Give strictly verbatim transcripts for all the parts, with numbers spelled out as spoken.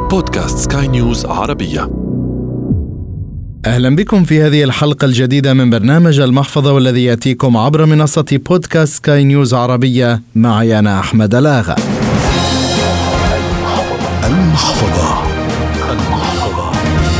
بودكاست سكاي نيوز عربية. أهلا بكم في هذه الحلقة الجديدة من برنامج المحفظة، والذي يأتيكم عبر منصة بودكاست سكاي نيوز عربية. معي أنا أحمد الآغا. المحفظة. المحفظة.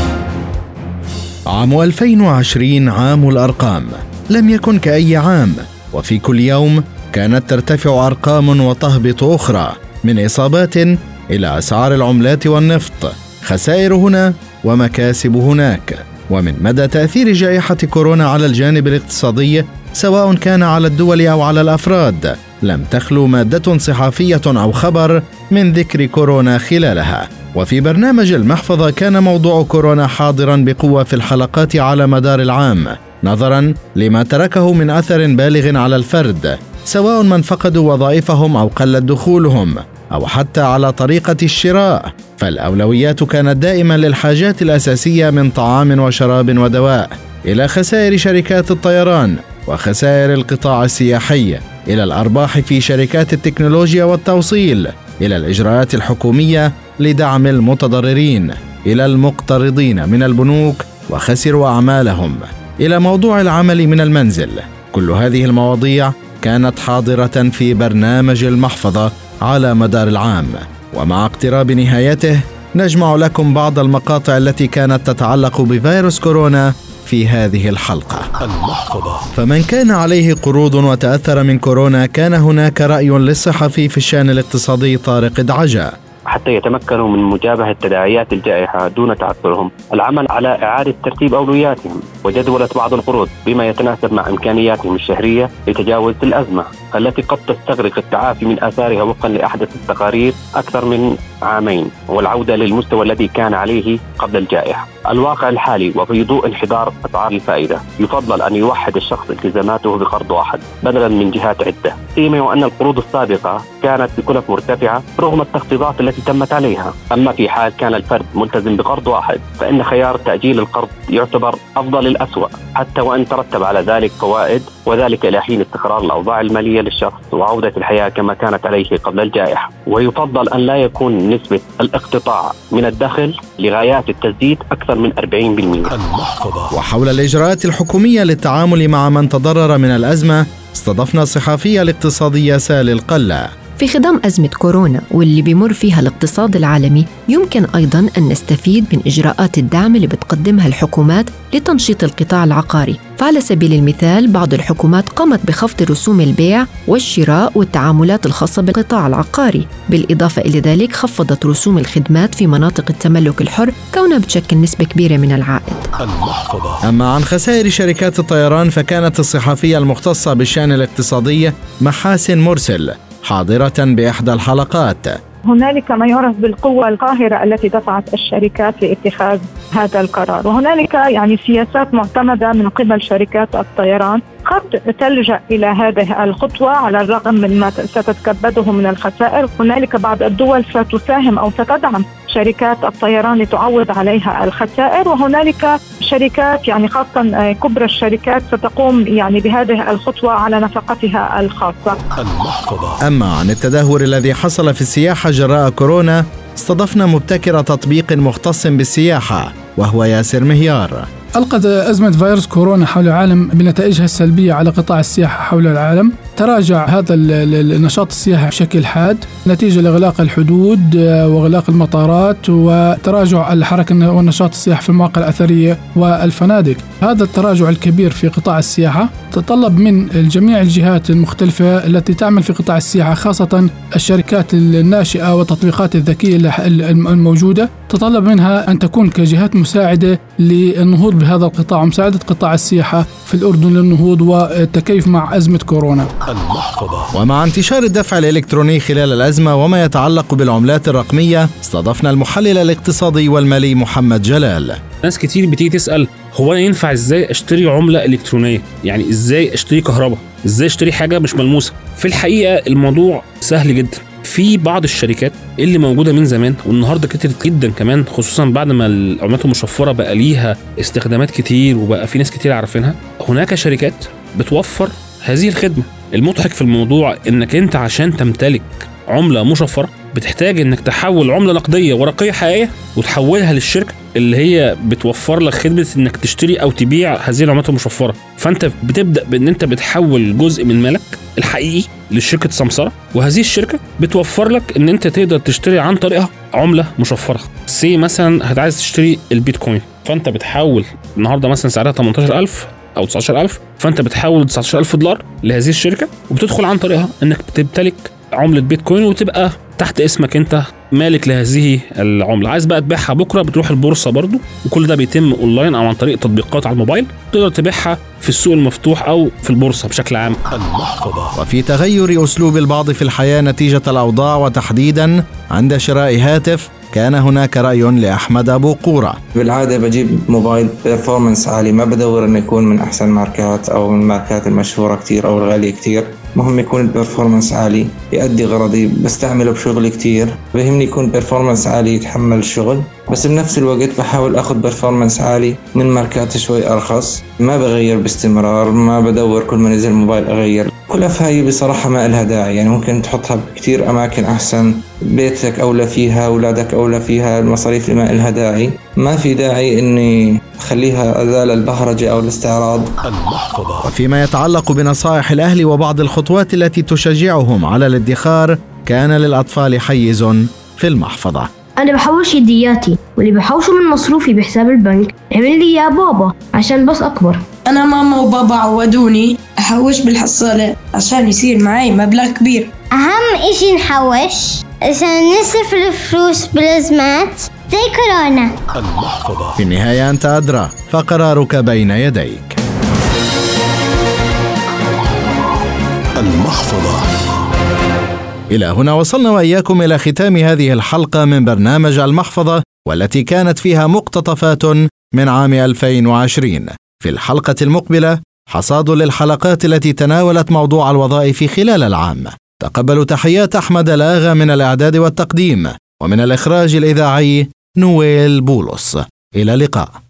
عام ألفين وعشرين عام الأرقام، لم يكن كأي عام، وفي كل يوم كانت ترتفع أرقام وتهبط أخرى، من إصابات إلى أسعار العملات والنفط، خسائر هنا ومكاسب هناك. ومن مدى تأثير جائحة كورونا على الجانب الاقتصادي سواء كان على الدول أو على الأفراد، لم تخلو مادة صحفية أو خبر من ذكر كورونا خلالها. وفي برنامج المحفظة كان موضوع كورونا حاضرا بقوة في الحلقات على مدار العام، نظرا لما تركه من أثر بالغ على الفرد، سواء من فقدوا وظائفهم أو قلت دخولهم، أو حتى على طريقة الشراء، فالأولويات كانت دائما للحاجات الأساسية من طعام وشراب ودواء، إلى خسائر شركات الطيران وخسائر القطاع السياحي، إلى الأرباح في شركات التكنولوجيا والتوصيل، إلى الإجراءات الحكومية لدعم المتضررين، إلى المقترضين من البنوك وخسروا أعمالهم، إلى موضوع العمل من المنزل. كل هذه المواضيع كانت حاضرة في برنامج المحفظة على مدار العام، ومع اقتراب نهايته نجمع لكم بعض المقاطع التي كانت تتعلق بفيروس كورونا في هذه الحلقة. المحفظة. فمن كان عليه قروض وتأثر من كورونا، كان هناك رأي للصحفي في الشأن الاقتصادي طارق دعجة. حتى يتمكنوا من مجابهة تداعيات الجائحة دون تعثرهم، العمل على إعادة ترتيب أولوياتهم وجدولة بعض القروض بما يتناسب مع إمكانياتهم الشهرية لتجاوز الأزمة التي قد تستغرق التعافي من آثارها وفقا لأحدث التقارير أكثر من عامين، والعودة للمستوى الذي كان عليه قبل الجائحة. الواقع الحالي وفي ضوء انحدار أسعار الفائدة، يفضل أن يوحد الشخص التزاماته بقرض واحد بدلا من جهات عدة، سيما وأن القروض السابقة كانت بكلف مرتفعة رغم التخفيضات التي تمت عليها. أما في حال كان الفرد ملتزم بقرض واحد، فإن خيار تأجيل القرض يعتبر أفضل الأسوأ، حتى وإن ترتب على ذلك فوائد، وذلك إلى حين استقرار الأوضاع المالية للشخص وعودة الحياة كما كانت عليه قبل الجائحة. ويفضل أن لا يكون نسبة الاقتطاع من الدخل لغايات التسديد أكثر من أربعين بالمئة. المحفظة. وحول الإجراءات الحكومية للتعامل مع من تضرر من الأزمة، استضفنا الصحفية الاقتصادية سالي القلة. في خضم أزمة كورونا واللي بيمر فيها الاقتصاد العالمي، يمكن أيضاً أن نستفيد من إجراءات الدعم اللي بتقدمها الحكومات لتنشيط القطاع العقاري. فعلى سبيل المثال، بعض الحكومات قامت بخفض رسوم البيع والشراء والتعاملات الخاصة بالقطاع العقاري، بالإضافة إلى ذلك خفضت رسوم الخدمات في مناطق التملك الحر كونها بتشكل نسبة كبيرة من العائد. المحفظة. أما عن خسائر شركات الطيران، فكانت الصحفية المختصة بالشأن الاقتصادي محاسن مرسل حاضرة بإحدى الحلقات. هنالك ما يعرف بالقوة القاهرة التي دفعت الشركات لاتخاذ هذا القرار، وهنالك يعني سياسات معتمدة من قبل شركات الطيران قد تلجأ إلى هذه الخطوة على الرغم من ما ستتكبده من الخسائر. هنالك بعض الدول ستساهم أو ستدعم شركات الطيران لتعوض عليها الخسائر، وهنالك شركات يعني خاصة كبرى الشركات ستقوم يعني بهذه الخطوة على نفقتها الخاصة. المحفظة. أما عن التدهور الذي حصل في السياحة جراء كورونا، استضفنا مبتكر تطبيق مختص بالسياحة وهو ياسر مهيار. ألقت أزمة فيروس كورونا حول العالم بنتائجها السلبية على قطاع السياحة حول العالم. تراجع هذا النشاط السياحي بشكل حاد نتيجة لإغلاق الحدود وإغلاق المطارات وتراجع الحركة والنشاط السياحي في المواقع الأثرية والفنادق. هذا التراجع الكبير في قطاع السياحة تطلب من جميع الجهات المختلفة التي تعمل في قطاع السياحة، خاصة الشركات الناشئة والتطبيقات الذكية الموجودة، تطلب منها أن تكون كجهات مساعدة للنهوض بهذا القطاع ومساعدة قطاع السياحة في الأردن للنهوض والتكيف مع أزمة كورونا. المحفظة. ومع انتشار الدفع الإلكتروني خلال الأزمة وما يتعلق بالعملات الرقمية، استضفنا المحلل الاقتصادي والمالي محمد جلال. ناس كتير بتيجي تسأل هو أنا ينفع إزاي أشتري عملة إلكترونية؟ يعني إزاي أشتري كهرباء؟ إزاي أشتري حاجة مش ملموسة؟ في الحقيقة الموضوع سهل جدا. في بعض الشركات اللي موجودة من زمان والنهاردة كترت جدا كمان، خصوصا بعد ما العملات المشفرة بقى ليها استخدامات كتير وبقى في ناس كتير عارفينها. هناك شركات بتوفر هذه الخدمة. المضحك في الموضوع إنك أنت عشان تمتلك عملة مشفرة بتحتاج انك تحول عمله نقديه ورقيه حقيقيه وتحولها للشركه اللي هي بتوفر لك خدمه انك تشتري او تبيع هذه العملات المشفره. فانت بتبدا بان انت بتحول جزء من مالك الحقيقي لشركه سمسره، وهذه الشركه بتوفر لك ان انت تقدر تشتري عن طريقها عمله مشفره. سي مثلا هتعايز تشتري البيتكوين، فانت بتحول النهارده مثلا سعرها تمنتاشر ألف او تسعتاشر ألف، فانت بتحول تسعتاشر ألف دولار لهذه الشركه وبتدخل عن طريقها انك بتمتلك عمله بيتكوين وتبقى تحت اسمك انت مالك لهذه العمله. عايز بقى تبيعها بكره بتروح البورصه برضو، وكل ده بيتم اونلاين او عن طريق تطبيقات على الموبايل، تقدر تبيعها في السوق المفتوح او في البورصه بشكل عام. المحفظه. وفي تغير اسلوب البعض في الحياه نتيجه الاوضاع وتحديدا عند شراء هاتف، كان هناك رأي لأحمد أبو قورة. بالعادة بجيب موبايل بيرفورمانس عالي، ما بدور أنه يكون من أحسن ماركات أو من الماركات المشهورة كتير أو الغالية كتير، مهم يكون البيرفورمانس عالي يؤدي غرضي، بستعمله بشغل كتير، بهمني يكون بيرفورمانس عالي يتحمل الشغل، بس بنفس الوقت بحاول أخذ بيرفورمانس عالي من ماركات شوي أرخص، ما بغير باستمرار، ما بدور كل ما نزل موبايل أغير. كل أفهاي بصراحة ما إلها داعي، يعني ممكن تحطها بكتير أماكن أحسن، بيتك أولى فيها، أولادك أولى فيها، المصاريف اللي ما إلها داعي، ما في داعي إني أخليها أداة للبهرجة أو الاستعراض. المحفظة. وفيما يتعلق بنصائح الأهل وبعض الخطوات التي تشجعهم على الادخار، كان للأطفال حيز في المحفظة. أنا بحوش يدياتي، واللي بحوشه من مصروفي بحساب البنك عمل لي يا بابا عشان بس أكبر. أنا ماما وبابا عودوني أحوش بالحصالة عشان يصير معي مبلغ كبير. أهم إشي نحوش عشان نصرف الفلوس بالأزمات زي كورونا. المحفظة. في النهاية أنت أدرى، فقرارك بين يديك. المحفظة. إلى هنا وصلنا وإياكم إلى ختام هذه الحلقة من برنامج المحفظة، والتي كانت فيها مقتطفات من عام ألفين وعشرين. في الحلقة المقبلة حصاد للحلقات التي تناولت موضوع الوظائف خلال العام. تقبلوا تحيات أحمد لاغا من الإعداد والتقديم، ومن الإخراج الإذاعي نويل بولس. إلى اللقاء.